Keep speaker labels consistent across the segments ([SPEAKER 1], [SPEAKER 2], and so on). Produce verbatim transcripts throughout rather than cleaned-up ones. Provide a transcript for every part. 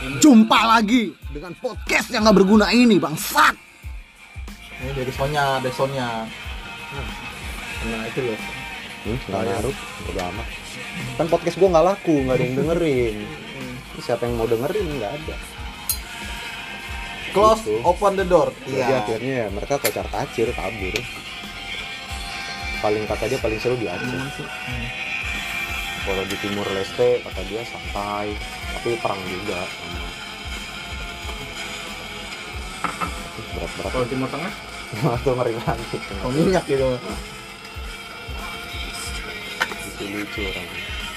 [SPEAKER 1] Jumpa lagi dengan podcast yang gak berguna ini, bangsat.
[SPEAKER 2] Ini dari Sonya, dari Sonya.
[SPEAKER 1] Nah itu loh. Hmm, gak ngaruh, udah amat. Kan podcast gue gak laku, gak ada yang dengerin. Siapa yang mau dengerin, gak ada.
[SPEAKER 2] Close,
[SPEAKER 1] gitu.
[SPEAKER 2] Open the door.
[SPEAKER 1] Jadi
[SPEAKER 2] Iya.
[SPEAKER 1] akhirnya ya mereka kocar kacir, kabur. Paling kata dia paling seru di Aceh.
[SPEAKER 2] Hmm.
[SPEAKER 1] Kalau di Timur Leste kata dia santai, tapi perang juga. Berat-berat.
[SPEAKER 3] Kalau Timur Tengah?
[SPEAKER 1] Atau ngeri banget.
[SPEAKER 2] Oh, minyak gitu.
[SPEAKER 1] Lucu orang.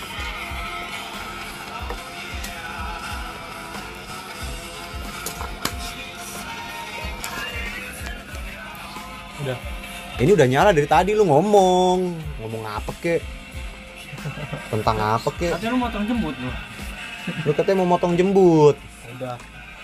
[SPEAKER 3] Udah.
[SPEAKER 1] Ini udah nyala dari tadi lu ngomong. Ngomong apa kek? Tentang apa kek?
[SPEAKER 3] Katanya lu motong jembut lu.
[SPEAKER 1] Lu katanya mau motong jembut.
[SPEAKER 3] Udah.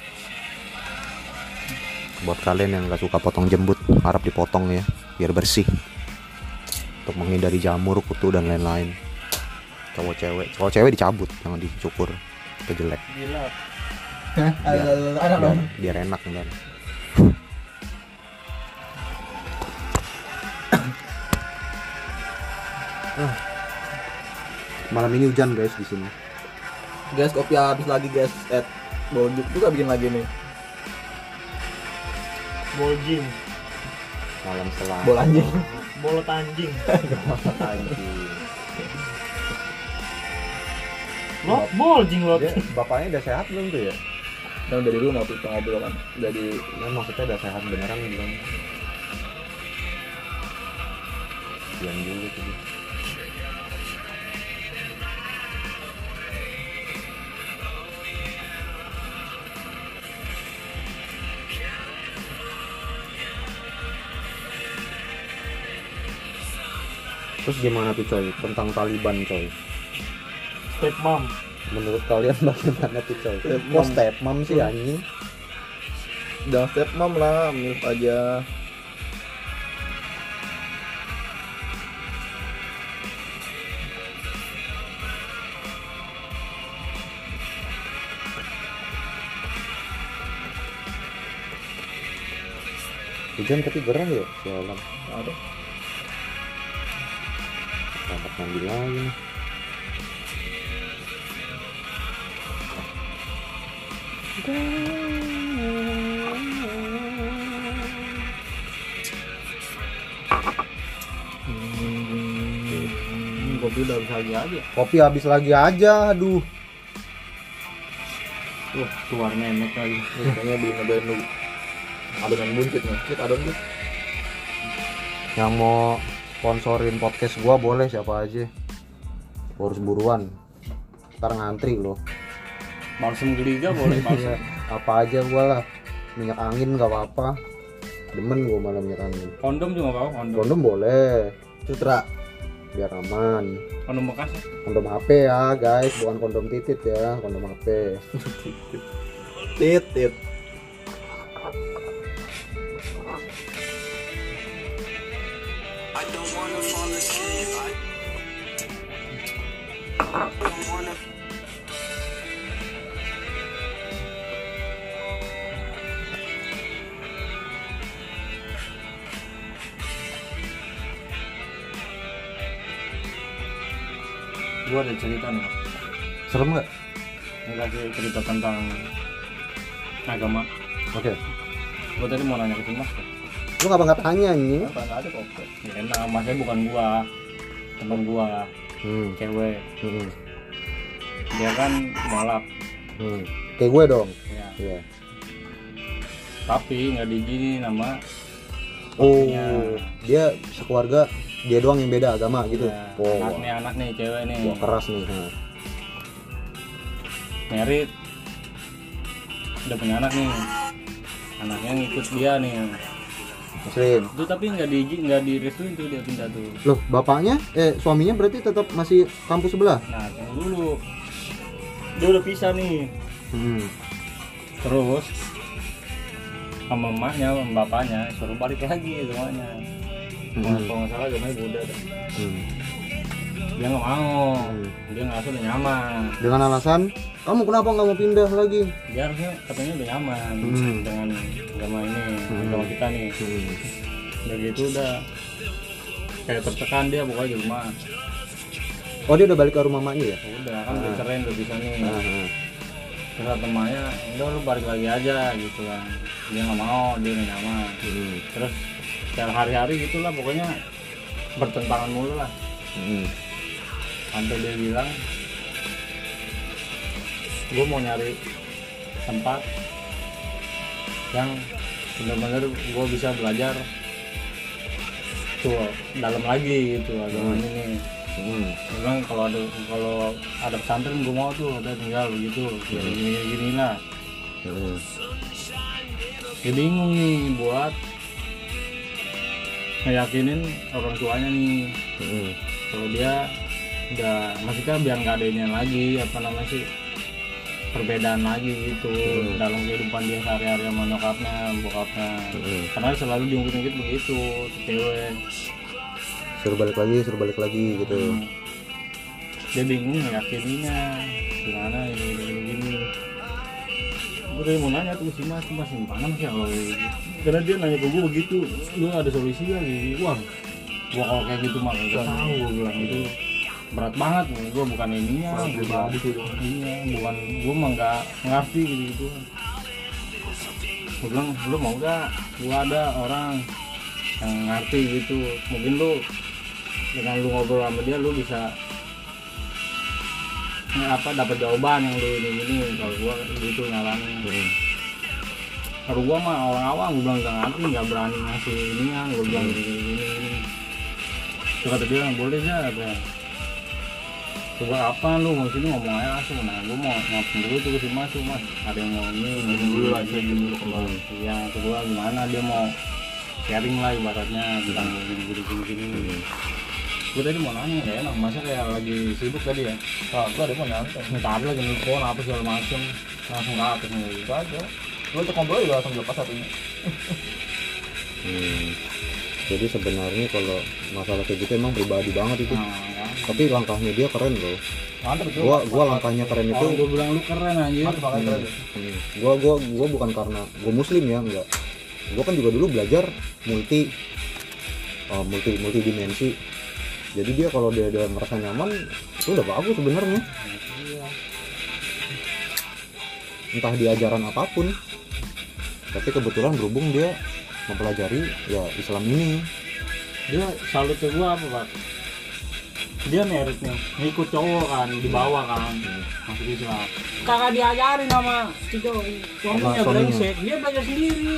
[SPEAKER 1] Buat kalian yang gak suka potong jembut, harap dipotong ya, biar bersih. Untuk menghindari jamur, kutu dan lain-lain. Cowok cewek, cowok cewek dicabut, jangan dicukur. Itu jelek.
[SPEAKER 3] Gila.
[SPEAKER 2] Hah?
[SPEAKER 1] Biar,
[SPEAKER 2] Anak
[SPEAKER 1] biar,
[SPEAKER 2] dong.
[SPEAKER 1] biar enak dan. Malam ini hujan guys di sini.
[SPEAKER 2] Guys, kopi habis lagi guys. Eh, Bojuk juga bikin lagi nih.
[SPEAKER 3] Boljing.
[SPEAKER 1] Malam selang.
[SPEAKER 2] Bola anjing.
[SPEAKER 3] Bolot anjing.
[SPEAKER 1] Anjing.
[SPEAKER 3] Lo boljing lo.
[SPEAKER 1] Dia, bapaknya udah sehat belum tuh ya?
[SPEAKER 2] Kan dari rumah tuh kita ngobrol kan. Dari
[SPEAKER 1] Nah, maksudnya udah sehat beneran belum? Yang juga tuh. Terus gimana tuh coy tentang Taliban coy?
[SPEAKER 3] Stepmom.
[SPEAKER 1] Menurut kalian bagaimana tuh coy?
[SPEAKER 2] Stepmom.
[SPEAKER 1] Kok stepmom sih anjing?
[SPEAKER 2] jangan step mom lah, milf aja.
[SPEAKER 1] Hujan tapi gerah ya sialan.
[SPEAKER 2] Ada.
[SPEAKER 1] Dapat mandi lagi nih.
[SPEAKER 3] Hmm, kopi udah habis lagi aja.
[SPEAKER 1] Kopi habis lagi aja, aduh.
[SPEAKER 3] Wah, keluar memek lagi.
[SPEAKER 2] Kayaknya belum nyobain dulu. Adonan buncit nih. Kita adonan tuh.
[SPEAKER 1] Yang mau sponsorin podcast gua boleh siapa aja. Gua harus buruan. Ntar ngantri loh.
[SPEAKER 3] Balsam geliga boleh balsam.
[SPEAKER 1] Apa aja gua lah. Minyak angin nggak apa-apa. Demen gua malah minyak angin.
[SPEAKER 3] Kondom juga nggak apa kondom.
[SPEAKER 1] Kondom boleh,
[SPEAKER 2] Sutra.
[SPEAKER 1] biar aman.
[SPEAKER 3] Kondom bekas ya.
[SPEAKER 1] Kondom H P ya guys, bukan kondom titit ya, kondom H P.
[SPEAKER 2] Tit tit.
[SPEAKER 3] Gua ada cerita nih.
[SPEAKER 1] Serem nggak?
[SPEAKER 3] Ini kasih cerita tentang agama.
[SPEAKER 1] Oke.
[SPEAKER 3] Gua tadi mau nanya ke Mas.
[SPEAKER 1] Lu ngapa nggak tanya nih?
[SPEAKER 2] Apa enggak ada kok?
[SPEAKER 3] Ya enak, masnya bukan gua, teman gua,
[SPEAKER 1] Hmm.
[SPEAKER 3] cewek.
[SPEAKER 1] Hmm.
[SPEAKER 3] Dia kan mualaf.
[SPEAKER 1] Hmm. Kayak gue dong.
[SPEAKER 3] Ya.
[SPEAKER 1] Iya.
[SPEAKER 3] Tapi nggak diizinin sama
[SPEAKER 1] Oh,
[SPEAKER 3] papinya.
[SPEAKER 1] dia sekeluarga dia doang yang beda agama gitu.
[SPEAKER 3] Ya,
[SPEAKER 1] Oh,
[SPEAKER 3] anak
[SPEAKER 1] wah.
[SPEAKER 3] nih anak nih cewek nih.
[SPEAKER 1] Wah, keras nih. Nah.
[SPEAKER 3] Merit udah punya anak nih, anaknya ngikut dia nih.
[SPEAKER 1] Muslim.
[SPEAKER 3] Itu tapi nggak di nggak direstuin tuh dia pindah tuh.
[SPEAKER 1] Loh, bapaknya eh suaminya berarti tetap masih kampus sebelah.
[SPEAKER 3] Nah tunggu dulu, dia udah pisah nih.
[SPEAKER 1] Hmm.
[SPEAKER 3] Terus sama mamanya, sama bapaknya suruh balik lagi semuanya.
[SPEAKER 1] Hmm.
[SPEAKER 3] Kalau nggak salah agamanya Buddha dah.
[SPEAKER 1] Hmm.
[SPEAKER 3] dia nggak mau,
[SPEAKER 1] Hmm.
[SPEAKER 3] dia ngerasa udah nyaman.
[SPEAKER 1] Dengan alasan kamu kenapa nggak mau pindah lagi?
[SPEAKER 3] Dia harusnya katanya udah nyaman
[SPEAKER 1] Hmm.
[SPEAKER 3] dengan agama ini,
[SPEAKER 1] Hmm.
[SPEAKER 3] agama kita nih.
[SPEAKER 1] Hmm.
[SPEAKER 3] Udah gitu udah kayak tertekan dia pokoknya di rumah.
[SPEAKER 1] Oh dia udah balik ke rumah mamanya ya?
[SPEAKER 3] Udah kan udah
[SPEAKER 1] Ah.
[SPEAKER 3] cerai udah bisa nih.
[SPEAKER 1] Ah, ah.
[SPEAKER 3] Terus temannya udah lu balik lagi aja gitu kan. Dia nggak mau, dia nggak nyaman.
[SPEAKER 1] Hmm.
[SPEAKER 3] Terus setiap hari-hari gitulah pokoknya bertentangan mulu lah.
[SPEAKER 1] Hmm.
[SPEAKER 3] Sampai dia bilang gue mau nyari tempat yang benar-benar gue bisa belajar tuh dalam lagi gitu agama
[SPEAKER 1] Hmm.
[SPEAKER 3] ini.
[SPEAKER 1] Hmm.
[SPEAKER 3] Dia bilang kalau ada kalau ada pesantren gue mau tuh ada tinggal begitu ya gini gini lah.
[SPEAKER 1] Hmm.
[SPEAKER 3] Dia bingung nih buat ngeyakinin orang tuanya nih
[SPEAKER 1] Hmm.
[SPEAKER 3] kalau dia udah maksudnya biar nggak ada ini lagi apa namanya sih perbedaan lagi gitu
[SPEAKER 1] Hmm.
[SPEAKER 3] dalam kehidupan dia sehari-hari sama nyokapnya bokapnya.
[SPEAKER 1] Hmm.
[SPEAKER 3] Karena selalu diungkit-ungkit begitu tuh cewek.
[SPEAKER 1] Suruh balik lagi, suruh balik lagi gitu.
[SPEAKER 3] Hmm. Dia bingung ngeyakininya gimana ini gini gini. Gue tadi mau nanya tuh si mas, tuh mas gimana mas ya kalau gitu. Karena dia nanya ke gue begitu, lu ada solusi gak gini? Wah, gua kalau kayak gitu mah gak tahu, gue bilang gitu berat banget, gue bukan ininya, gua, iya, bukan gue mah nggak ngerti gitu gitu. Gue bilang lu mau gak? Gue ada orang yang ngerti gitu, mungkin lu dengan lu ngobrol sama dia lu bisa nggak apa dapat jawaban yang lu ini ini kalau gua gitu nyalanin.
[SPEAKER 1] Hmm.
[SPEAKER 3] Kalau gua mah orang awam, gua bilang nggak ngerti, nggak berani ngasih inian, gua bilang gini gini gini. Terus kata dia boleh aja, ada. Coba apa lu mau sini ngomong aja langsung, nah gua mau ngapain dulu tuh ke si mas, tuh, mas ada yang mau ini gini dulu lah, ini dulu kembali. Iya, kedua gimana dia mau sharing lah ibaratnya tentang gini gini gini gini. Gue tadi mau nanya kayak enak, masa kayak lagi sibuk tadi ya?
[SPEAKER 2] Nah, gue ada mau nyantai.
[SPEAKER 3] Minta apa lagi nelfon apa segala macem, langsung ke atas nih.
[SPEAKER 2] Itu aja. Gue untuk ngobrol juga langsung lepas satunya.
[SPEAKER 1] Hmm. Jadi sebenarnya kalau masalah kayak gitu emang pribadi banget itu.
[SPEAKER 3] Nah, kan.
[SPEAKER 1] Tapi langkahnya dia keren loh.
[SPEAKER 2] Mantap itu.
[SPEAKER 1] Gua gua langkahnya keren itu.
[SPEAKER 3] Orang gue bilang lu keren anjir.
[SPEAKER 2] Mantap banget keren.
[SPEAKER 1] Hmm. Gua gua gua bukan karena gua muslim ya, enggak. Gua kan juga dulu belajar multi uh, multi multi dimensi. Jadi dia kalau dia, dia merasa nyaman itu udah bagus sebenarnya.
[SPEAKER 3] Iya.
[SPEAKER 1] Entah di ajaran apapun. Tapi kebetulan berhubung dia mempelajari ya Islam ini.
[SPEAKER 3] Dia salut ke gua apa pak? Dia merit nih, ngikut cowok kan, di bawah kan, masuk Islam. Kakak diajarin sama si cowok, suaminya
[SPEAKER 1] Sama suaminya.
[SPEAKER 3] brengsek, dia belajar sendiri.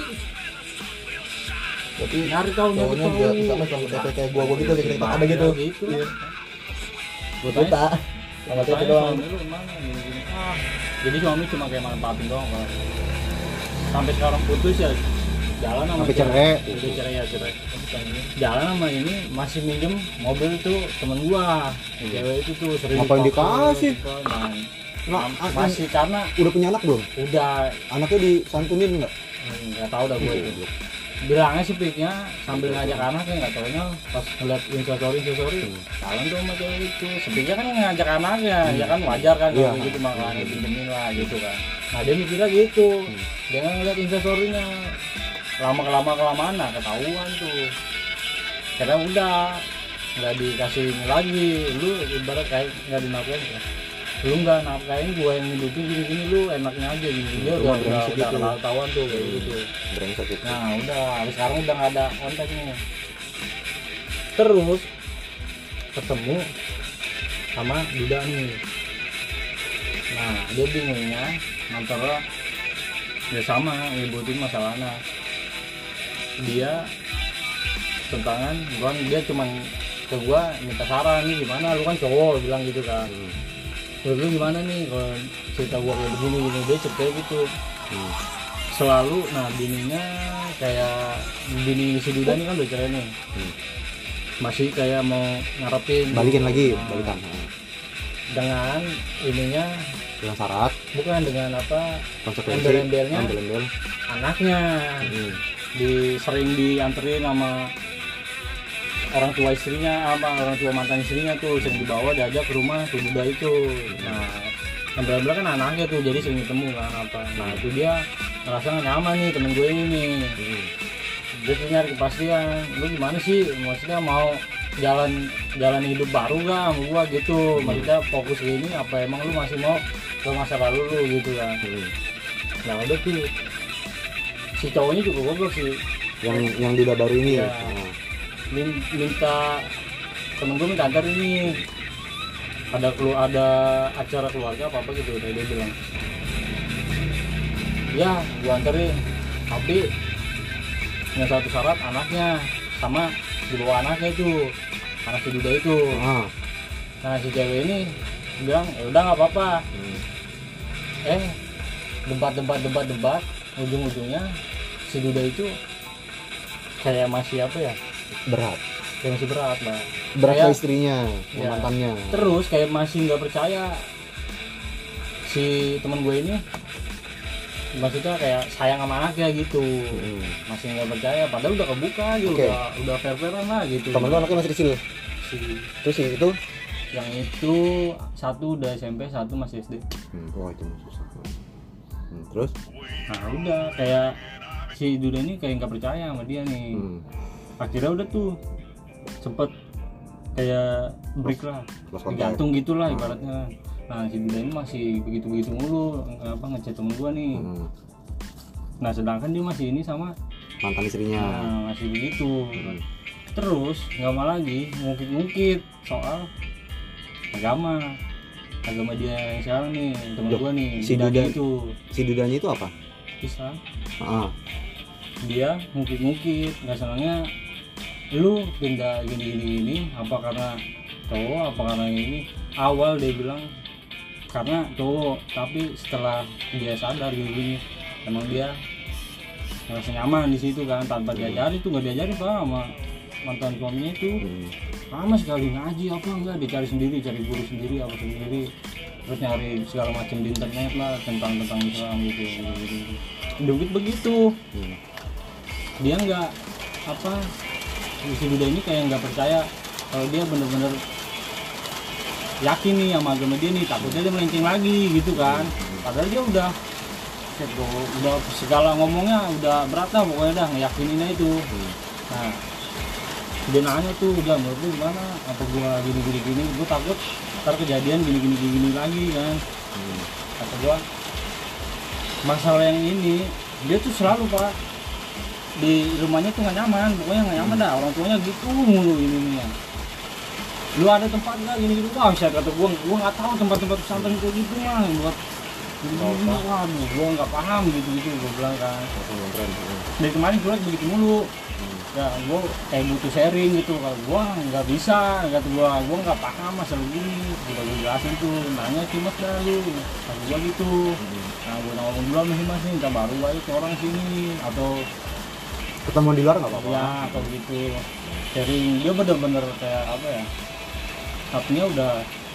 [SPEAKER 2] Tapi
[SPEAKER 3] Nyari tahu, nyari
[SPEAKER 2] cowoknya
[SPEAKER 3] tahu.
[SPEAKER 2] juga sama sama kayak kayak gua gua gitu kayak kita ada gitu.
[SPEAKER 3] Gitu.
[SPEAKER 2] Iya. Gua
[SPEAKER 3] Tanya-
[SPEAKER 2] tuh sama itu
[SPEAKER 3] Tanya
[SPEAKER 2] doang.
[SPEAKER 3] suami lu kemana, gini-gini. Ah, jadi suami cuma kayak manfaatin doang Pak. Sampai sekarang putus ya jalan sama
[SPEAKER 1] Sampai
[SPEAKER 3] cewek.
[SPEAKER 1] cerai.
[SPEAKER 3] Udah cerai ya cerai. Jalan sama ini masih minjem mobil tuh temen gua. Cewek itu tuh sering
[SPEAKER 1] Ngapain
[SPEAKER 3] dipakai,
[SPEAKER 1] dikasih?
[SPEAKER 3] gitu, nah,
[SPEAKER 1] Nah,
[SPEAKER 3] Am- masih karena
[SPEAKER 1] udah punya anak belum?
[SPEAKER 3] udah
[SPEAKER 1] Anaknya disantunin nggak?
[SPEAKER 3] nggak tahu dah gue itu. Bilangnya sih piknya sambil ngajak anaknya, nggak taunya pas ngeliat instastory instastory jalan tuh sama cewek itu. Sepiknya kan ngajak anaknya, ya kan wajar kan
[SPEAKER 1] Iya.
[SPEAKER 3] kalau gitu makanya pinjemin lah gitu kan. Nah dia mikirnya gitu, dia nggak ngeliat instastorynya. Lama kelama kelamaan nah ketahuan tuh. Karena udah nggak dikasih ini lagi, lu ibarat kayak nggak dinafkahin ya. Lu nggak nafkahin gua yang hidupin gini-gini, lu enaknya aja gini. Dia
[SPEAKER 1] Itu
[SPEAKER 3] udah
[SPEAKER 1] mah
[SPEAKER 3] udah
[SPEAKER 1] brengsek
[SPEAKER 3] udah
[SPEAKER 1] gitu.
[SPEAKER 3] kenal tahuan tuh kayak gitu.
[SPEAKER 1] Brengsek itu.
[SPEAKER 3] Nah udah, habis sekarang udah nggak ada kontaknya. Terus ketemu sama Duda nih. Nah dia bingungnya antara ya sama ngebutin masalahnya. Dia tentangan, gua dia cuman ke gua minta saran nih gimana, lu kan cowok bilang gitu kan.
[SPEAKER 1] Hmm.
[SPEAKER 3] Lu lu gimana nih kalau cerita gua kayak begini gini, dia cerita gitu.
[SPEAKER 1] Hmm.
[SPEAKER 3] Selalu nah bininya kayak bini si Duda ini kan udah cerai nih,
[SPEAKER 1] Hmm.
[SPEAKER 3] masih kayak mau ngarepin
[SPEAKER 1] Balikin lagi,
[SPEAKER 3] Nah,
[SPEAKER 1] balikan.
[SPEAKER 3] dengan ininya
[SPEAKER 1] Dengan syarat,
[SPEAKER 3] bukan dengan apa
[SPEAKER 1] konsekuensi,
[SPEAKER 3] Embel-embelnya.
[SPEAKER 1] embel-embel.
[SPEAKER 3] anaknya
[SPEAKER 1] Hmm.
[SPEAKER 3] di sering dianterin sama orang tua istrinya apa orang tua mantan istrinya tuh sering dibawa diajak ke rumah tuh Duda itu. Nah yang benar-benar kan anaknya tuh jadi sering ketemu kan apa. Nah itu dia ngerasa nggak nyaman nih temen gue ini nih. Dia tuh nyari kepastian, lu gimana sih maksudnya mau jalan jalan hidup baru gak sama gua gitu. Maksudnya fokus ke ini apa emang lu masih mau ke masa lalu lu gitu kan. Nah udah tuh si cowoknya juga goblok sih
[SPEAKER 1] yang yang Duda baru ini
[SPEAKER 3] ya.
[SPEAKER 1] ya. Oh.
[SPEAKER 3] Min- minta temen gue minta antar ini ada kelu ada acara keluarga apa apa gitu dia bilang ya gua anterin tapi yang satu syarat anaknya sama dibawa anaknya itu anak si Duda itu.
[SPEAKER 1] Ah.
[SPEAKER 3] Nah si cewek ini bilang ya udah nggak apa-apa.
[SPEAKER 1] Hmm.
[SPEAKER 3] Eh debat debat debat debat ujung-ujungnya si Duda itu kayak masih apa ya
[SPEAKER 1] Berat.
[SPEAKER 3] kayak masih berat lah
[SPEAKER 1] Berat
[SPEAKER 3] Kayak-
[SPEAKER 1] ke istrinya, ke
[SPEAKER 3] Ya.
[SPEAKER 1] mantannya.
[SPEAKER 3] terus kayak masih nggak percaya si teman gue ini maksudnya kayak sayang sama anaknya gitu.
[SPEAKER 1] Hmm.
[SPEAKER 3] Masih nggak percaya padahal udah kebuka gitu.
[SPEAKER 1] Oke.
[SPEAKER 3] udah udah fair-fairan lah gitu.
[SPEAKER 1] Temen lu anaknya masih kecil.
[SPEAKER 3] si
[SPEAKER 1] Terus sih itu.
[SPEAKER 3] yang itu satu udah S M P satu masih S D.
[SPEAKER 1] Hmm. Oh itu mah susah. Hmm. Terus?
[SPEAKER 3] Nah udah kayak si Duda ini kayak nggak percaya sama dia nih.
[SPEAKER 1] Hmm.
[SPEAKER 3] Akhirnya udah tuh sempet kayak break lah,
[SPEAKER 1] Close contact.
[SPEAKER 3] gantung gitulah
[SPEAKER 1] Hmm.
[SPEAKER 3] ibaratnya. Nah si Duda ini masih begitu-begitu mulu apa ngechat temen gua nih.
[SPEAKER 1] Hmm.
[SPEAKER 3] Nah sedangkan dia masih ini sama
[SPEAKER 1] Mantan istrinya.
[SPEAKER 3] nah, masih begitu.
[SPEAKER 1] Hmm.
[SPEAKER 3] Terus nggak mau lagi ngungkit-ngungkit soal agama agama dia yang sekarang nih temen
[SPEAKER 1] Loh,
[SPEAKER 3] gua nih
[SPEAKER 1] si
[SPEAKER 3] Duda
[SPEAKER 1] Duda-
[SPEAKER 3] itu
[SPEAKER 1] Si Dudanya itu apa?
[SPEAKER 3] Islam.
[SPEAKER 1] Ah.
[SPEAKER 3] Dia ngungkit-ngungkit nggak senangnya lu pindah gini-gini gini apa karena cowok apa karena ini awal dia bilang karena cowok tapi setelah dia sadar gini-gini emang dia merasa nyaman di situ kan tanpa diajari tuh nggak diajari pak sama mantan suaminya itu
[SPEAKER 1] Hmm.
[SPEAKER 3] sama sekali ngaji apa enggak dicari sendiri cari guru sendiri apa sendiri terus nyari segala macam di internet lah tentang tentang Islam gitu gitu Dukit begitu
[SPEAKER 1] Hmm.
[SPEAKER 3] dia nggak apa si Duda ini kayak nggak percaya kalau dia bener-bener yakin nih sama agama dia nih takutnya dia melenceng lagi gitu kan padahal dia udah set, bro, udah segala ngomongnya udah berat lah pokoknya dah ngeyakininnya itu.
[SPEAKER 1] Hmm.
[SPEAKER 3] Nah dia nanya tuh udah menurut lu gimana apa gua gini gini gini gua takut ntar kejadian gini gini gini, gini lagi kan.
[SPEAKER 1] Hmm.
[SPEAKER 3] Kata gua masalah yang ini dia tuh selalu pak di rumahnya tuh nggak nyaman pokoknya nggak nyaman dah orang tuanya gitu mulu ini nih ya. Lu ada tempat nggak gini gini wah saya kata gua gua nggak tahu tempat-tempat pesantren kayak gitu mah buat gini gini waduh gua nggak paham gitu gitu gua bilang kan
[SPEAKER 1] Pesantren. Hmm.
[SPEAKER 3] dari kemarin gua begitu mulu ya gua kayak butuh sharing gitu kalau gua nggak bisa kata gua gua nggak paham masalah gini udah gua jelasin tuh nanya cuma dah lu kata gua gitu. Nah gua ngomong dulu sama si mas nih ntar baru aja ke orang sini atau
[SPEAKER 1] Ketemu di luar nggak apa-apa.
[SPEAKER 3] ya atau gitu sharing dia bener-bener kayak apa ya hatinya udah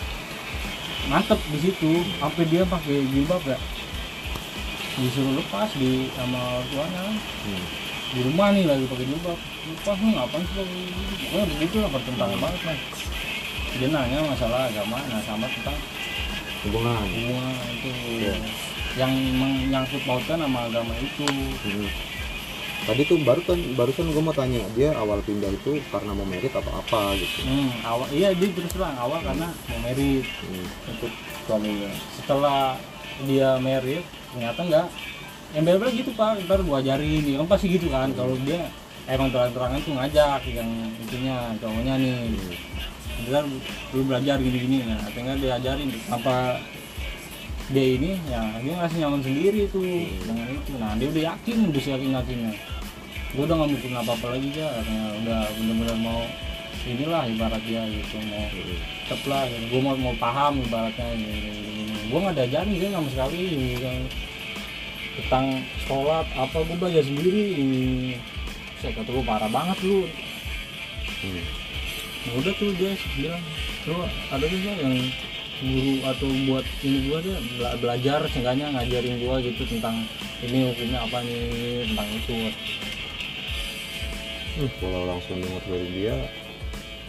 [SPEAKER 3] mantep di situ sampai dia pakai jilbab ya disuruh lepas di sama orang tuanya
[SPEAKER 1] Hmm.
[SPEAKER 3] di rumah nih lagi pakai jilbab lepas nih ngapain sih pakai gitu pokoknya begitu lah pertentangan banget lah dia nanya masalah agama nah sama tentang
[SPEAKER 1] Hubungan.
[SPEAKER 3] hubungan itu
[SPEAKER 1] Iya.
[SPEAKER 3] yang menyangkut pautkan sama agama itu.
[SPEAKER 1] Hmm. Tadi tuh baru kan barusan gue mau tanya dia awal pindah itu karena mau merit atau apa gitu.
[SPEAKER 3] Hmm, awal iya dia terus terang awal karena mau merit
[SPEAKER 1] Hmm.
[SPEAKER 3] untuk suaminya. Setelah dia merit ternyata enggak. Yang bener gitu pak, ntar gua ajarin, ya kan pasti gitu kan. Kalau dia emang terang-terangan tuh ngajak yang intinya cowoknya nih. Ntar lu belajar gini-gini, nah akhirnya dia ajarin apa dia ini ya dia ngasih nyaman sendiri tuh dengan itu. Nah dia udah yakin, udah yakin yakinnya. Gue udah nggak mikirin apa-apa lagi ya, katanya udah bener-bener mau inilah ibarat dia gitu mau tetep lah gitu. Gue mau mau paham ibaratnya gitu. Gue nggak diajarin sih sama sekali gitu. Tentang sholat apa gue belajar sendiri. Saya kata gue parah banget lu.
[SPEAKER 1] Hmm.
[SPEAKER 3] Nah, udah tuh dia bilang lu ada juga yang guru atau buat ini gua dia bela- belajar seenggaknya ngajarin gua gitu tentang ini hukumnya apa nih tentang itu.
[SPEAKER 1] Uh, kalau langsung denger dari dia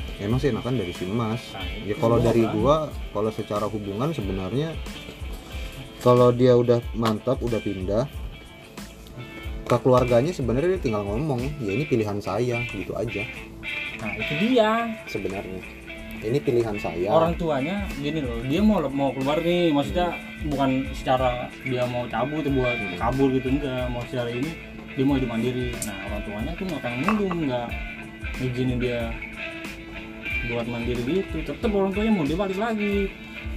[SPEAKER 1] Emang sih enakan dari si Mas.
[SPEAKER 3] Nah,
[SPEAKER 1] Ya
[SPEAKER 3] itu
[SPEAKER 1] kalau
[SPEAKER 3] gua
[SPEAKER 1] dari
[SPEAKER 3] kan.
[SPEAKER 1] gua, kalau secara hubungan sebenarnya kalau dia udah mantap, udah pindah ke keluarganya sebenarnya dia tinggal ngomong, ya ini pilihan saya gitu aja
[SPEAKER 3] Nah itu dia.
[SPEAKER 1] sebenarnya. Ini pilihan saya.
[SPEAKER 3] Orang tuanya gini loh, dia mau mau keluar nih, maksudnya bukan secara dia mau cabut buat kabur gitu, enggak, mau secara ini dia mau hidup mandiri. Nah orang tuanya tuh nggak pengen minum, nggak izinin dia buat mandiri gitu, tetap orang tuanya mau dia balik lagi.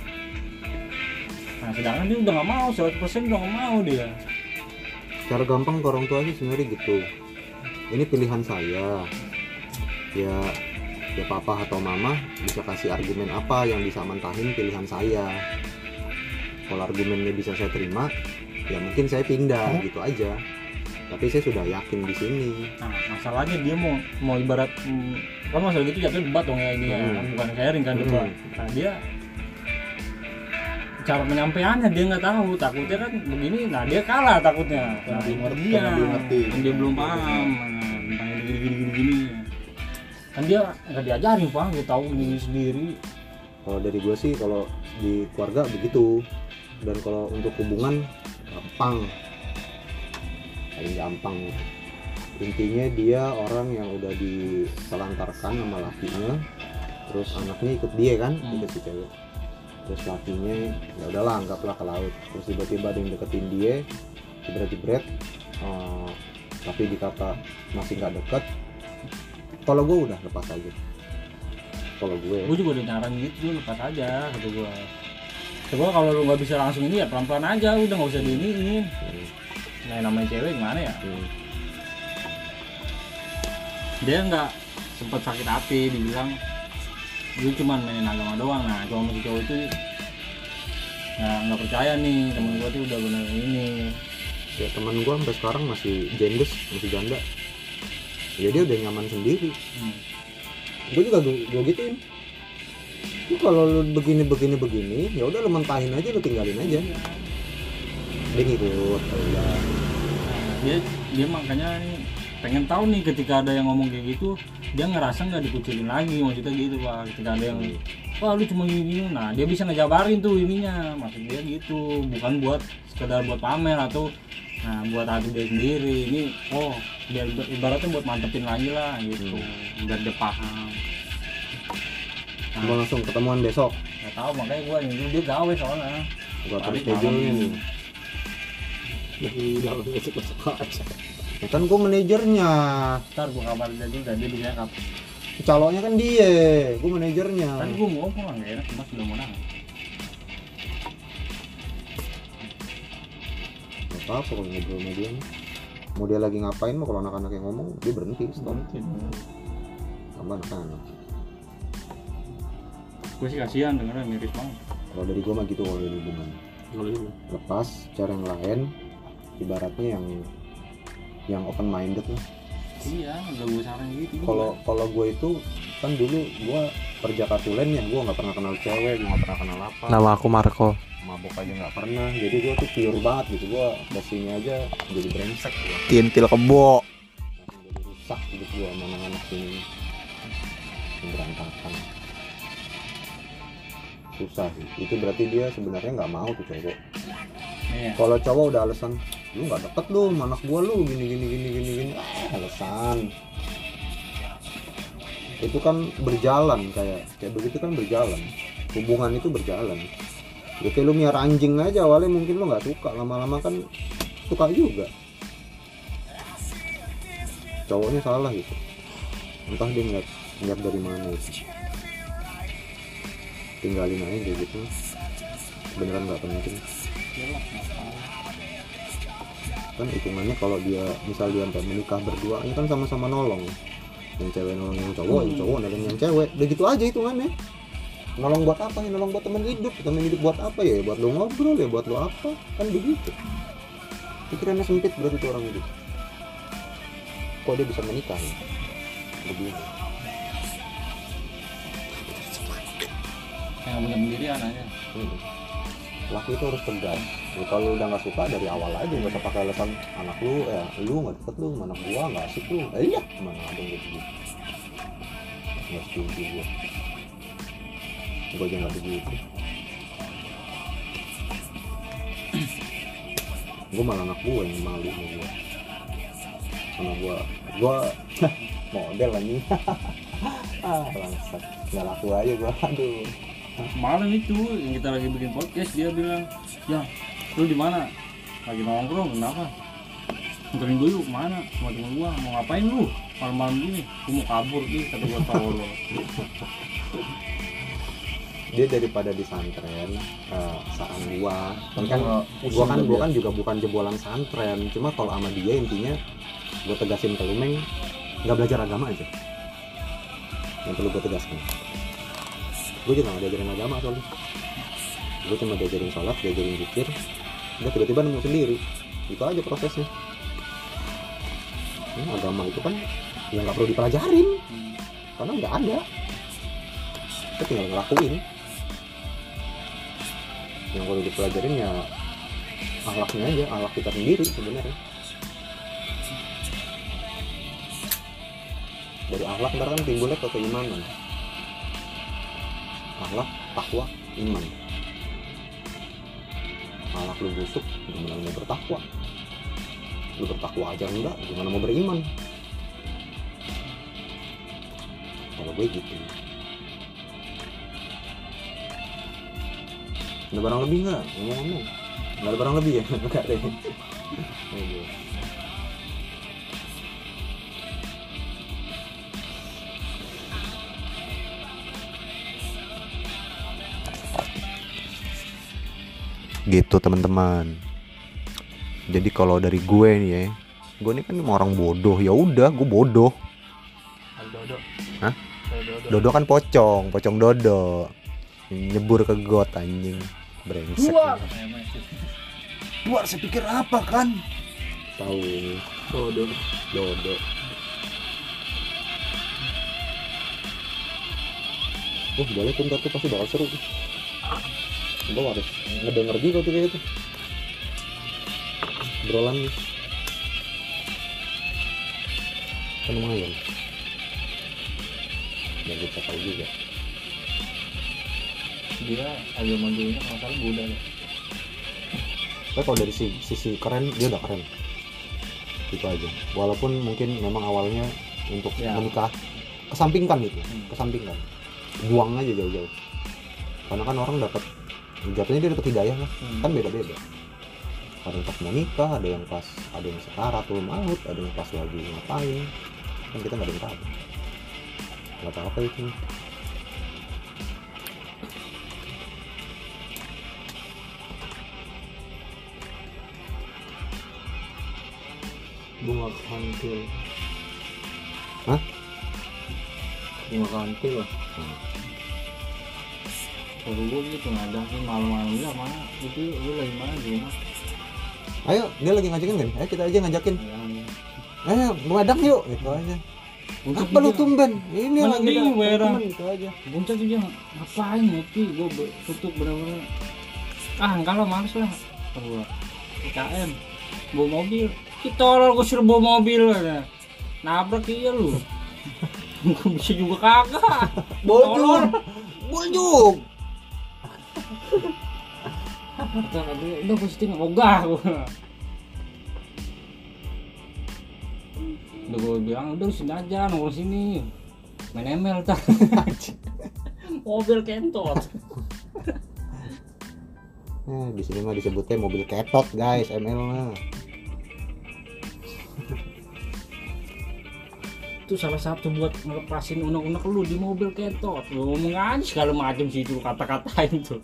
[SPEAKER 3] Nah sedangkan dia udah nggak mau, seratus persen udah nggak mau dia.
[SPEAKER 1] Cara gampang ke orang tua sih sebenarnya gitu, ini pilihan saya, ya ya papa atau mama bisa kasih argumen apa yang bisa mentahin pilihan saya. Kalau argumennya bisa saya terima, ya mungkin saya pindah gitu aja, tapi saya sudah yakin di sini.
[SPEAKER 3] Nah masalahnya dia mau mau ibarat hmm, kan masalah gitu jatuh debat dong ya ini ya,
[SPEAKER 1] Hmm.
[SPEAKER 3] bukan sharing kan debat.
[SPEAKER 1] Hmm.
[SPEAKER 3] Nah dia cara penyampaiannya dia nggak tahu, takutnya kan begini, nah dia kalah takutnya. Nah,
[SPEAKER 2] Karena dia
[SPEAKER 3] dia,
[SPEAKER 2] karena dia ngerti.
[SPEAKER 3] kan dia belum paham, nah, tentang ini gini gini gini. Kan dia nggak diajarin pak, dia tahu ini sendiri.
[SPEAKER 1] Kalau dari gue sih kalau di keluarga begitu, dan kalau untuk hubungan gampang, paling gampang. Intinya dia orang yang udah ditelantarkan sama lakinya, terus anaknya ikut dia kan,
[SPEAKER 3] Hmm.
[SPEAKER 1] ikut si cewek. Terus lakinya ya udahlah anggaplah ke laut, terus tiba-tiba ada yang deketin dia, jebret-jebret, eh, tapi dikata masih nggak deket. Kalau gue udah lepas aja. Kalau gue,
[SPEAKER 3] Gue juga udah nyaran gitu, lepas aja kata gue. Coba kalau lu nggak bisa langsung ini ya pelan-pelan aja, udah nggak usah diiniin.
[SPEAKER 1] hmm,
[SPEAKER 3] Nah namanya cewek gimana ya?
[SPEAKER 1] hmm,
[SPEAKER 3] Dia nggak sempet sakit hati, dibilang lu cuman mainin agama doang. Nah cowok si cowok itu nggak nggak percaya nih, temen gue tuh udah bener ini.
[SPEAKER 1] ya teman gue sampai sekarang masih jendes, masih janda. Ya dia udah nyaman sendiri.
[SPEAKER 3] Hmm.
[SPEAKER 1] Gue juga gue, gue gituin. Lu kalau lu begini begini begini, ya udah lu mentahin aja, lu tinggalin aja. Dia ngikut, ya udah.
[SPEAKER 3] Nah, dia dia makanya nih pengen tahu nih ketika ada yang ngomong kayak gitu, dia ngerasa nggak dikucilin lagi, maksudnya gitu pak. Ketika ada yang wah lu cuma gini, nah dia bisa ngejabarin tuh ininya, maksud dia gitu, bukan buat sekedar buat pamer atau nah buat hati dia sendiri. Ini oh biar ibaratnya buat mantepin lagi lah gitu, biar dia paham. Nah,
[SPEAKER 1] Mau langsung ketemuan besok.
[SPEAKER 3] nggak tahu makanya gua ini dia gawe soalnya.
[SPEAKER 1] Gua
[SPEAKER 3] Tapi
[SPEAKER 1] terus schedule-nya nih.
[SPEAKER 2] Udah besok besok aja.
[SPEAKER 1] Ya kan gue manajernya,
[SPEAKER 3] Ntar gua kabarin dia dulu dan dia bisa kap.
[SPEAKER 1] calonnya kan dia, gue manajernya.
[SPEAKER 3] Tadi gua mau pulang nggak enak, mas udah mau nangis.
[SPEAKER 1] Gak apa-apa kalau ngobrol sama dia. Mau dia lagi ngapain, mau kalau anak-anak yang ngomong dia berhenti, stop. Tambah anak-anak.
[SPEAKER 3] Gue sih kasihan dengernya miris banget.
[SPEAKER 1] Kalau dari gue mah gitu kalau dari hubungan.
[SPEAKER 2] Kalau itu.
[SPEAKER 1] Lepas cara yang lain, ibaratnya yang yang open minded lah.
[SPEAKER 3] Iya, udah gue saran gitu.
[SPEAKER 1] Kalau kalau gue itu kan dulu gue perjaka tulen ya, gue nggak pernah kenal cewek, gue nggak pernah kenal apa.
[SPEAKER 4] Nama aku Marco.
[SPEAKER 1] Mabok aja nggak pernah, jadi gue tuh pure banget gitu. Gue kesini aja jadi brengsek gue,
[SPEAKER 4] Tintil kebo.
[SPEAKER 1] langsung jadi rusak hidup gue sama anak-anak sini. Berantakan, susah sih. Itu berarti dia sebenarnya nggak mau tuh cowok.
[SPEAKER 3] Iya.
[SPEAKER 1] Kalau cowok udah alasan, lu nggak deket lu sama anak gua, lu gini gini gini gini gini, ah, alasan. Itu kan berjalan, kayak kayak begitu kan berjalan. Hubungan itu berjalan. Ya kayak lu miara anjing aja, awalnya mungkin lu nggak suka, lama-lama kan suka juga. Cowoknya salah gitu, entah dia ngeliat ngeliat dari mana itu. Tinggalin aja kayak gitu, beneran nggak penting. Kan hitungannya kalau dia misal dia sampai menikah berdua, ini kan sama-sama nolong, yang cewek nolong yang cowok, yang cowok nolong yang cewek, udah gitu aja hitungannya. Nolong buat apa? Ya nolong buat teman hidup. Teman hidup buat apa ya? Buat lo ngobrol ya, buat lo apa? Kan begitu. Pikirannya sempit berarti tuh orang itu. Kok dia bisa menikah ya? Begini.
[SPEAKER 3] Yang punya pendirian aja.
[SPEAKER 1] Hmm. Laki itu harus tegas. Ya, kalau udah nggak suka dari awal aja, nggak usah pakai alasan anak lu, ya lu nggak deket lu, sama anak gua nggak asik lu. Eh, iya, mana ada yang gitu. nggak setuju gue gue aja nggak begitu. Gue malah anak gue yang malu sama gue sama gue gue model anjing. Ah langsat nggak laku aja gue. Aduh
[SPEAKER 3] Kemarin itu yang kita lagi bikin podcast dia bilang, ya lu di mana? Lagi nongkrong, kenapa? Nganterin gue yuk kemana? Sama temen gua, mau ngapain lu? Malam-malam gini, gua mau kabur nih, kata gua tahu lu.
[SPEAKER 1] Dia daripada di santren uh, saran gua kan kan
[SPEAKER 2] Sama
[SPEAKER 1] gua kan
[SPEAKER 2] usul
[SPEAKER 1] gua
[SPEAKER 2] dia.
[SPEAKER 1] kan juga bukan jebolan santren, cuma kalau sama dia intinya gua tegasin ke lu Meng, nggak belajar agama aja yang perlu gua tegaskan. Gua juga nggak diajarin agama soalnya, gua cuma diajarin sholat, diajarin zikir, udah tiba-tiba nemu sendiri, itu aja prosesnya. Nah, agama itu kan ya nggak perlu dipelajarin karena nggak ada, kita tinggal ngelakuin. Yang perlu dipelajarin ya akhlaknya aja, akhlak kita sendiri sebenarnya. Dari akhlak ntar kan timbulnya ke keimanan. Akhlak, takwa, iman. Akhlak lu busuk, gimana mau bertakwa? Lu bertakwa aja enggak, gimana mau beriman? Kalau gue gitu. Ada barang lebih nggak? Ngomong-ngomong, nggak ada barang lebih ya? Nggak deh. Aduh. Gitu teman-teman. Jadi kalau dari gue nih ya, gue ini kan orang bodoh, ya udah gue bodoh.
[SPEAKER 3] Dodo.
[SPEAKER 1] Hah?
[SPEAKER 3] Dodo.
[SPEAKER 1] Dodo kan pocong, pocong dodo. Nyebur ke got anjing, brengsek.
[SPEAKER 3] Keluar.
[SPEAKER 2] Keluar saya pikir apa kan?
[SPEAKER 1] Tahu
[SPEAKER 2] Dodo.
[SPEAKER 1] dodo. Oh, boleh tuh ntar tuh pasti bakal seru. Gue harus ngedenger juga tuh kayak gitu. Obrolan kan lumayan. Dan kita tahu juga.
[SPEAKER 3] Dia agama dulunya kalau salah Buddha deh.
[SPEAKER 1] Tapi kalau dari sisi, sisi keren, dia udah keren. Itu aja. Walaupun mungkin memang awalnya untuk
[SPEAKER 3] Ya.
[SPEAKER 1] menikah kesampingkan gitu,
[SPEAKER 3] Hmm.
[SPEAKER 1] kesampingkan. Buang aja jauh-jauh. Karena kan orang dapat jatuhnya dia dapat hidayah lah.
[SPEAKER 3] Hmm.
[SPEAKER 1] Kan beda-beda. Ada yang pas mau nikah, ada yang pas ada yang sekaratul maut, ada yang pas lagi ngapain. Kan kita nggak ada yang tahu. Nggak apa-apa itu.
[SPEAKER 3] Bunga kantil.
[SPEAKER 1] Hah?
[SPEAKER 3] Bunga kantil lah. Kalau gue gitu ngadakin malam-malam ya mana? Itu lu lagi mana di rumah?
[SPEAKER 1] Ayo, dia lagi ngajakin kan? Ayo kita aja ngajakin.
[SPEAKER 3] Yang
[SPEAKER 1] Ayo, mengadang yuk, gitu aja.
[SPEAKER 3] Buncak
[SPEAKER 1] Apa lu
[SPEAKER 3] juga.
[SPEAKER 1] tumben? Ini
[SPEAKER 3] Mana
[SPEAKER 1] lagi
[SPEAKER 3] bingung,
[SPEAKER 1] ada
[SPEAKER 3] Werang.
[SPEAKER 1] temen, gitu aja.
[SPEAKER 3] Buncak juga ngapain ngopi? Gue tutup bener-bener. Ah enggak lah males lah. Gua P K M bawa mobil. Kita tolol gue suruh bawa mobil ya. Nabrak iya lu. Gue bisa juga kagak.
[SPEAKER 2] Boljum. Boljum.
[SPEAKER 3] Kata dia, udah gue seting ogah gue. Udah gue bilang, udah sini aja, nongol sini. Main M L tak. Mobil kentot.
[SPEAKER 1] Nah, di sini mah disebutnya mobil ketot, guys, M L mah.
[SPEAKER 3] Itu salah satu buat ngelepasin unek-unek lu di mobil kentot. Lu ngomong aja segala macam sih itu kata-katain tuh.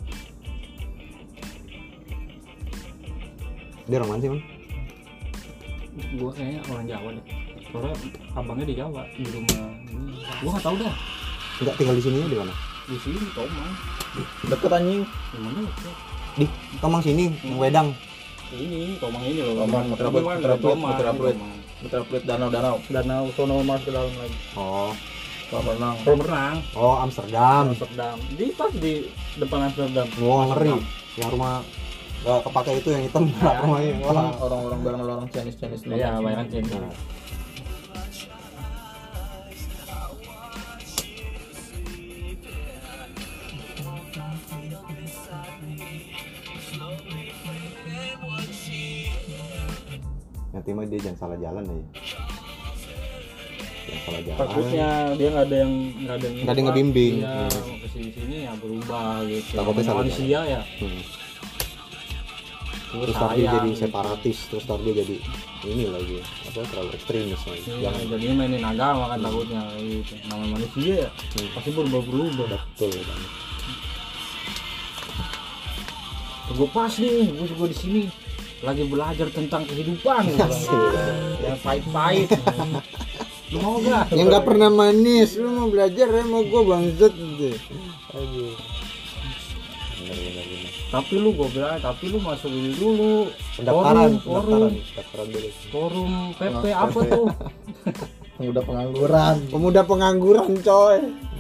[SPEAKER 1] Dia orang mana sih, Man?
[SPEAKER 3] Gua kayaknya orang Jawa deh. Soalnya abangnya di Jawa, di rumah ini. Gua nggak tahu dah.
[SPEAKER 1] Enggak tinggal di sini di mana?
[SPEAKER 3] Di sini Tomang.
[SPEAKER 2] Deket anjing.
[SPEAKER 3] Di mana?
[SPEAKER 1] Di Tomang sini, yang Wedang.
[SPEAKER 3] Ini Tomang ini loh.
[SPEAKER 2] Tomang,
[SPEAKER 3] Ini
[SPEAKER 2] Metropolit,
[SPEAKER 3] kan
[SPEAKER 2] Metropolit,
[SPEAKER 3] Tomang,
[SPEAKER 2] Metropolit.
[SPEAKER 3] Tomang.
[SPEAKER 2] Metropolit danau-danau.
[SPEAKER 3] Danau sono masuk ke dalam lagi.
[SPEAKER 1] Oh,
[SPEAKER 2] Kolam renang.
[SPEAKER 3] Kolam renang.
[SPEAKER 1] oh Amsterdam.
[SPEAKER 3] Amsterdam. Di pas di depan Amsterdam.
[SPEAKER 1] Wah, ngeri. Yang rumah nggak kepake itu yang hitam berat rumahnya. Wah.
[SPEAKER 2] Orang-orang barang orang Chinese Chinese.
[SPEAKER 3] Iya, banyak kan
[SPEAKER 1] Nah, berarti mah dia jangan salah jalan aja. Jangan salah jalan.
[SPEAKER 3] Takutnya dia nggak ada yang nggak ada yang
[SPEAKER 1] Nggak ada yang ngebimbing.
[SPEAKER 3] Iya,
[SPEAKER 1] Hmm.
[SPEAKER 3] mau kesini sini ya berubah gitu.
[SPEAKER 1] Takutnya salah
[SPEAKER 3] Manusia ya.
[SPEAKER 1] Hmm.
[SPEAKER 3] Terus
[SPEAKER 1] Terus ntar dia
[SPEAKER 3] sayang,
[SPEAKER 1] jadi
[SPEAKER 3] gitu.
[SPEAKER 1] separatis, terus ntar dia jadi ini lagi apa terlalu ekstremis lagi.
[SPEAKER 3] Iya,
[SPEAKER 1] Jangan.
[SPEAKER 3] jadi mainin agama kan takutnya gitu. Namanya manusia ya
[SPEAKER 1] Hmm.
[SPEAKER 3] pasti berubah-berubah.
[SPEAKER 1] Betul banget.
[SPEAKER 3] Gue pas nih, gue juga di sini lagi belajar tentang kehidupan. Gua bilang. Yang pahit-pahit. Lu mau gak?
[SPEAKER 1] Yang nggak pernah manis, lu mau belajar ya mau gue bangsat gitu. Aduh. Benar benar benar.
[SPEAKER 3] Tapi lu gue bilang, tapi lu masuk ini dulu.
[SPEAKER 1] Pendaftaran,
[SPEAKER 3] Forum, forum,
[SPEAKER 1] pendaftaran, pendaftaran dulu.
[SPEAKER 3] forum P P apa tuh?
[SPEAKER 2] Udah pengangguran.
[SPEAKER 1] Pemuda pengangguran, coy.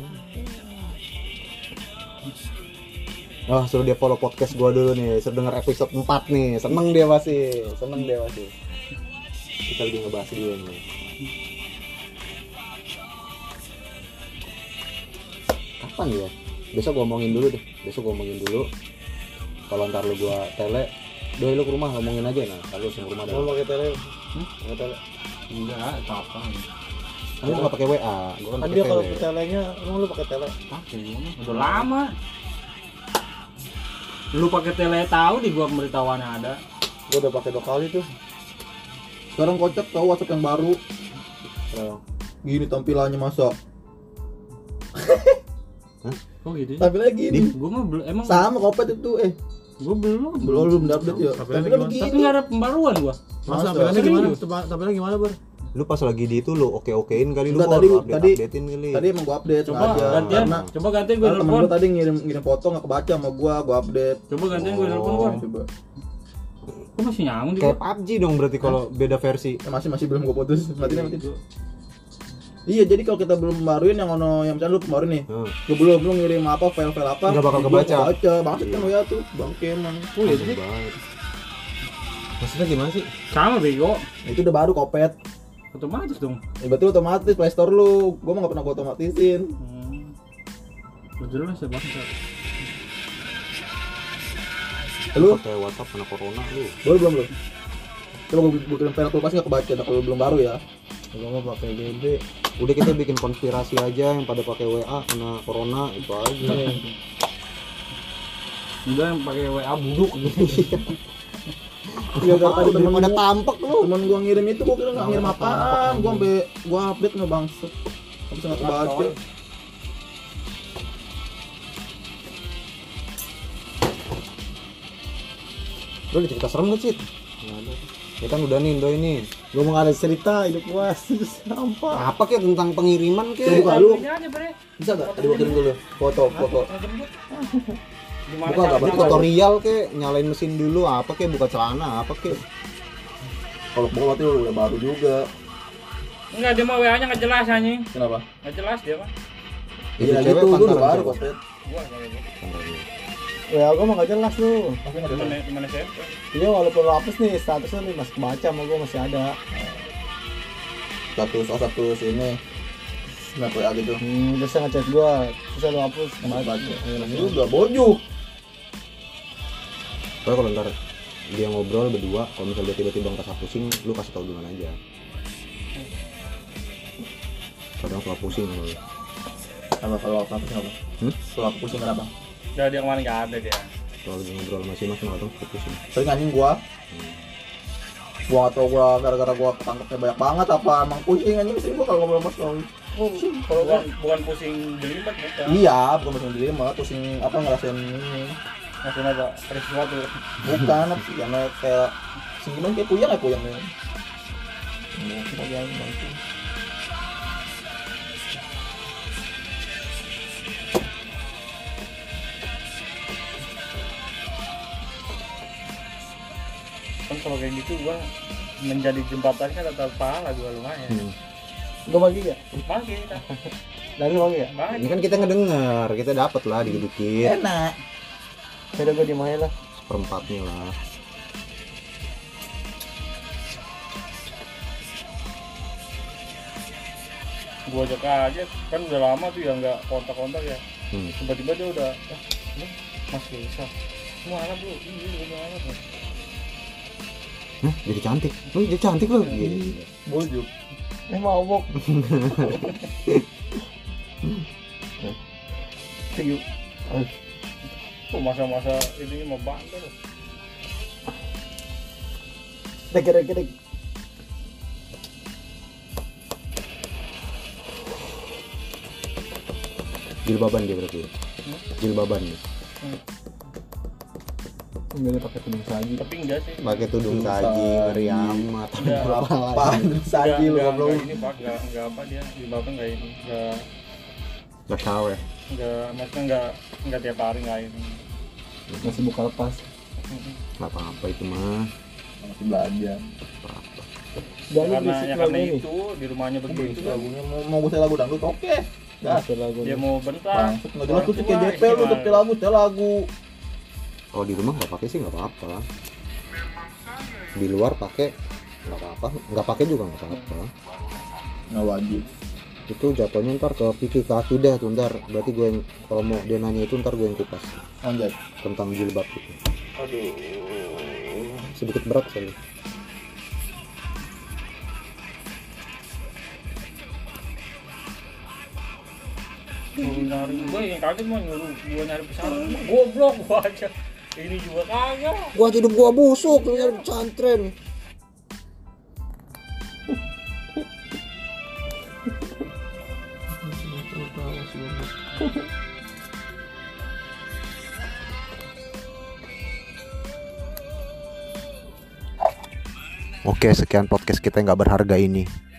[SPEAKER 1] Oh, suruh dia follow podcast gua dulu nih, suruh denger episode empat nih. Seneng dia pasti, seneng dia pasti. Kita lagi ngebahas dia nih. Kapan ya? Besok gua omongin dulu deh. Besok gua omongin dulu. Kalau ntar lu gua tele, doi lu ke rumah ngomongin aja nah. Kalau lu ke rumah dah.
[SPEAKER 2] Mau pakai tele?
[SPEAKER 3] Hmm?
[SPEAKER 2] Pakai tele.
[SPEAKER 3] Enggak, apa-apa.
[SPEAKER 1] Kan lu nggak pakai W A, gua kan
[SPEAKER 2] Kan
[SPEAKER 1] pakai
[SPEAKER 2] dia kalau
[SPEAKER 1] tele.
[SPEAKER 2] ke telenya, emang lu pakai tele?
[SPEAKER 3] Pakai gua. Udah lama. Lu pakai tele tahu di gua pemberitahuannya ada.
[SPEAKER 2] Gua udah pakai dua kali tuh. Sekarang kocak tahu WhatsApp yang baru.
[SPEAKER 1] Oh.
[SPEAKER 2] Gini tampilannya masa.
[SPEAKER 3] Oh gitu.
[SPEAKER 2] Tampilannya gini.
[SPEAKER 3] Gua mah belum emang
[SPEAKER 2] Sama kopet itu eh.
[SPEAKER 3] gua belum.
[SPEAKER 2] Belum belum update ya.
[SPEAKER 4] Tampilannya
[SPEAKER 2] Tampilannya
[SPEAKER 4] gimana?
[SPEAKER 3] Tapi
[SPEAKER 2] begini.
[SPEAKER 3] nggak ada pembaruan gua.
[SPEAKER 4] Mas
[SPEAKER 2] Masa?
[SPEAKER 4] tampilannya gimana?
[SPEAKER 3] Serius?
[SPEAKER 4] Tempa- Tampilannya gimana, Bor?
[SPEAKER 1] Lu pas lagi di itu lu oke-okein kali lu
[SPEAKER 2] Enggak,
[SPEAKER 1] Bor,
[SPEAKER 2] tadi-
[SPEAKER 1] update,
[SPEAKER 2] tadi-
[SPEAKER 1] updatein kali.
[SPEAKER 2] Tadi emang gua update
[SPEAKER 3] Coba
[SPEAKER 2] sengaja.
[SPEAKER 3] gantian,
[SPEAKER 2] Karena
[SPEAKER 3] coba gantian gua
[SPEAKER 2] karena temen
[SPEAKER 3] telepon.
[SPEAKER 2] gua tadi ngirim ngirim foto nggak kebaca sama gua, gua update.
[SPEAKER 3] Coba gantian gua telepon
[SPEAKER 1] Oh.
[SPEAKER 3] gua.
[SPEAKER 2] Coba.
[SPEAKER 3] Kok masih nyambung di
[SPEAKER 1] Kayak
[SPEAKER 3] gua?
[SPEAKER 1] P U B G dong berarti kalau beda versi.
[SPEAKER 2] Ya, masih masih belum gua putus. Matiin matiin. Iya, jadi kalau kita belum baruin yang ono yang misalnya lu baru nih.
[SPEAKER 1] Hmm.
[SPEAKER 2] Gua belum belum ngirim apa file-file apa.
[SPEAKER 1] Nggak bakal
[SPEAKER 2] gua
[SPEAKER 1] kebaca.
[SPEAKER 2] Baca. Bangsat kan ya tuh, bangke emang.
[SPEAKER 3] Oh iya
[SPEAKER 1] Aneh
[SPEAKER 3] sih.
[SPEAKER 1] banget.
[SPEAKER 4] Maksudnya gimana sih?
[SPEAKER 3] Sama bego.
[SPEAKER 2] Itu udah baru kopet.
[SPEAKER 3] Otomatis dong.
[SPEAKER 2] Ya berarti otomatis Play Store lu. Gua mah nggak pernah gua otomatisin.
[SPEAKER 3] Hmm. Lu jelas ya bangsa.
[SPEAKER 2] Lu
[SPEAKER 1] Pakai WhatsApp kena corona lu.
[SPEAKER 2] baru belum lu? Coba gua gua kirim file, pasti nggak kebaca. Nah, kalau belum baru ya.
[SPEAKER 4] Gua mau pakai G B.
[SPEAKER 1] Udah kita bikin konspirasi aja yang pada pakai W A kena corona itu aja.
[SPEAKER 3] Udah yang pakai W A buduk gitu.
[SPEAKER 2] Iya, dari tadi temen
[SPEAKER 1] Pada
[SPEAKER 2] gua,
[SPEAKER 1] tampak lu.
[SPEAKER 2] temen gua ngirim itu gua kira nggak ngirim apaan. Gua sampai gua update nggak bangset. Habis nggak kebaca.
[SPEAKER 1] Lu ada cerita serem gak sih? Ya kan udah nih, doi nih.
[SPEAKER 4] Gua mau ada cerita hidup gua sampah.
[SPEAKER 1] Apa kek tentang pengiriman
[SPEAKER 2] Coba
[SPEAKER 1] kek?
[SPEAKER 2] buka lu.
[SPEAKER 3] Ini aja, Bre.
[SPEAKER 2] Bisa nggak? Tadi gua kirim dulu foto foto.
[SPEAKER 3] Gimana
[SPEAKER 2] Buka nggak?
[SPEAKER 3] caranya?
[SPEAKER 2] Berarti
[SPEAKER 1] Tutorial kek, nyalain mesin dulu apa kek, buka celana apa kek.
[SPEAKER 2] Kalau buka berarti udah baru juga.
[SPEAKER 3] Enggak, dia mah W A-nya enggak jelas anjing.
[SPEAKER 2] Kenapa?
[SPEAKER 3] Enggak jelas dia mah.
[SPEAKER 2] Iya
[SPEAKER 1] cewek
[SPEAKER 2] gitu, gua udah
[SPEAKER 1] pantaran
[SPEAKER 2] baru
[SPEAKER 1] cewek.
[SPEAKER 2] kopet.
[SPEAKER 3] Gua kayak gitu.
[SPEAKER 4] Ya gua mah gak jelas lu.
[SPEAKER 2] Tapi nggak
[SPEAKER 3] Temen
[SPEAKER 2] ada.
[SPEAKER 3] temen S M P.
[SPEAKER 4] Iya walaupun lu hapus nih statusnya nih masih kebaca sama gua masih ada.
[SPEAKER 2] Status oh status ini. Snap W A gitu.
[SPEAKER 4] Hmm, biasa ngechat gua, terus lu hapus
[SPEAKER 2] Masih
[SPEAKER 4] kebaca.
[SPEAKER 2] baca.
[SPEAKER 4] Iya, masih
[SPEAKER 2] Ini udah bojuk.
[SPEAKER 1] Pokoknya kalau ntar dia ngobrol berdua, kalau misalnya dia tiba-tiba ngerasa pusing, lu kasih tau duluan aja. Kadang suka pusing kalau lu.
[SPEAKER 2] Apa kalau apa apa?
[SPEAKER 1] Hmm?
[SPEAKER 2] Kalau aku pusing kenapa?
[SPEAKER 3] Udah dia kemarin enggak ada dia.
[SPEAKER 1] Kalau lagi ngobrol sama si Mas, kadang suka pusing.
[SPEAKER 2] Sering anjing gua. Gua nggak tahu gua gara-gara gua ketangkepnya banyak banget apa emang pusing anjing sering gua kalau ngobrol sama sekali.
[SPEAKER 3] Oh, kalau bukan, bukan pusing jelimet bukan.
[SPEAKER 2] Iya, bukan pusing diri malah pusing apa ngerasain ini.
[SPEAKER 3] Maksudnya apa? Ada sesuatu.
[SPEAKER 2] Bukan apa sih, karena kayak sing gimana kayak puyeng ya puyeng nih. Mungkin aja mungkin.
[SPEAKER 3] Kan kalau kayak gitu gua menjadi jembatannya tetap pahala gua lumayan.
[SPEAKER 1] Hmm.
[SPEAKER 4] Gua bagi ya?
[SPEAKER 3] Bagi kita.
[SPEAKER 4] Dari lu bagi ya?
[SPEAKER 3] Bagi.
[SPEAKER 1] Ini kan kita ngedenger, kita dapat lah dikit-dikit.
[SPEAKER 2] Enak.
[SPEAKER 4] Beda gua di mana lah.
[SPEAKER 1] Seperempatnya lah.
[SPEAKER 3] Gua ajak aja kan udah lama tuh ya nggak kontak-kontak ya.
[SPEAKER 1] Hmm.
[SPEAKER 3] Tiba-tiba dia udah eh ini Mas bisa. Mana bro? Ini gua mana bro?
[SPEAKER 1] Hah, jadi cantik. Oh, jadi cantik loh.
[SPEAKER 2] Bujuk. Eh mabok.
[SPEAKER 3] Yuk. Kok masa-masa ini mau bantu loh.
[SPEAKER 4] Dek dek dek.
[SPEAKER 1] Jilbaban dia berarti. Ya? Jilbaban dia.
[SPEAKER 4] Enggak pakai tudung saji.
[SPEAKER 3] Tapi enggak sih.
[SPEAKER 1] Pakai tudung
[SPEAKER 2] Tudung
[SPEAKER 1] saji,
[SPEAKER 2] saji.
[SPEAKER 1] ngeri amat.
[SPEAKER 3] Enggak.
[SPEAKER 2] Apaan saji lu
[SPEAKER 3] Enggak,
[SPEAKER 2] goblok.
[SPEAKER 3] enggak ini Pak, enggak enggak apa dia di bawah enggak ini. Enggak
[SPEAKER 1] Gak shower.
[SPEAKER 3] enggak maksudnya enggak enggak tiap hari enggak ini.
[SPEAKER 4] Masih buka lepas.
[SPEAKER 1] Gak apa-apa itu mah.
[SPEAKER 2] Masih belajar.
[SPEAKER 1] Apa-apa.
[SPEAKER 4] Dan lu
[SPEAKER 3] Karena
[SPEAKER 4] berisik
[SPEAKER 3] ya karena
[SPEAKER 4] lagu ini.
[SPEAKER 3] itu di rumahnya begitu
[SPEAKER 2] Begitu
[SPEAKER 3] kan.
[SPEAKER 2] lagunya mau mau gue lagu dangdut oke. Dah.
[SPEAKER 4] Masih lagu.
[SPEAKER 3] Dia mau bentar.
[SPEAKER 2] Bangsat enggak jelas tuh
[SPEAKER 3] Orang
[SPEAKER 2] kayak
[SPEAKER 3] tua,
[SPEAKER 2] J P lu
[SPEAKER 3] gimana?
[SPEAKER 2] tuh lagu, tuh lagu.
[SPEAKER 1] Kalau di rumah nggak pakai sih nggak apa-apa. Di luar pakai nggak apa-apa. Nggak pakai juga nggak apa-apa.
[SPEAKER 2] Enggak wajib.
[SPEAKER 1] Itu jatuhnya ntar ke pipi ke akidah tuh ntar. Berarti gue yang kalau mau dia nanya itu ntar gue yang kupas
[SPEAKER 2] Anjay.
[SPEAKER 1] tentang jilbab itu.
[SPEAKER 2] Aduh.
[SPEAKER 1] Sedikit berat sekali.
[SPEAKER 3] Suruh nyari gue yang kaget mau nyuruh gue nyari pesantren. Goblok gua aja. Ini juga kagak.
[SPEAKER 1] Gua hidup gua busuk lu nyari pesantren. Oke, sekian podcast kita yang gak berharga ini.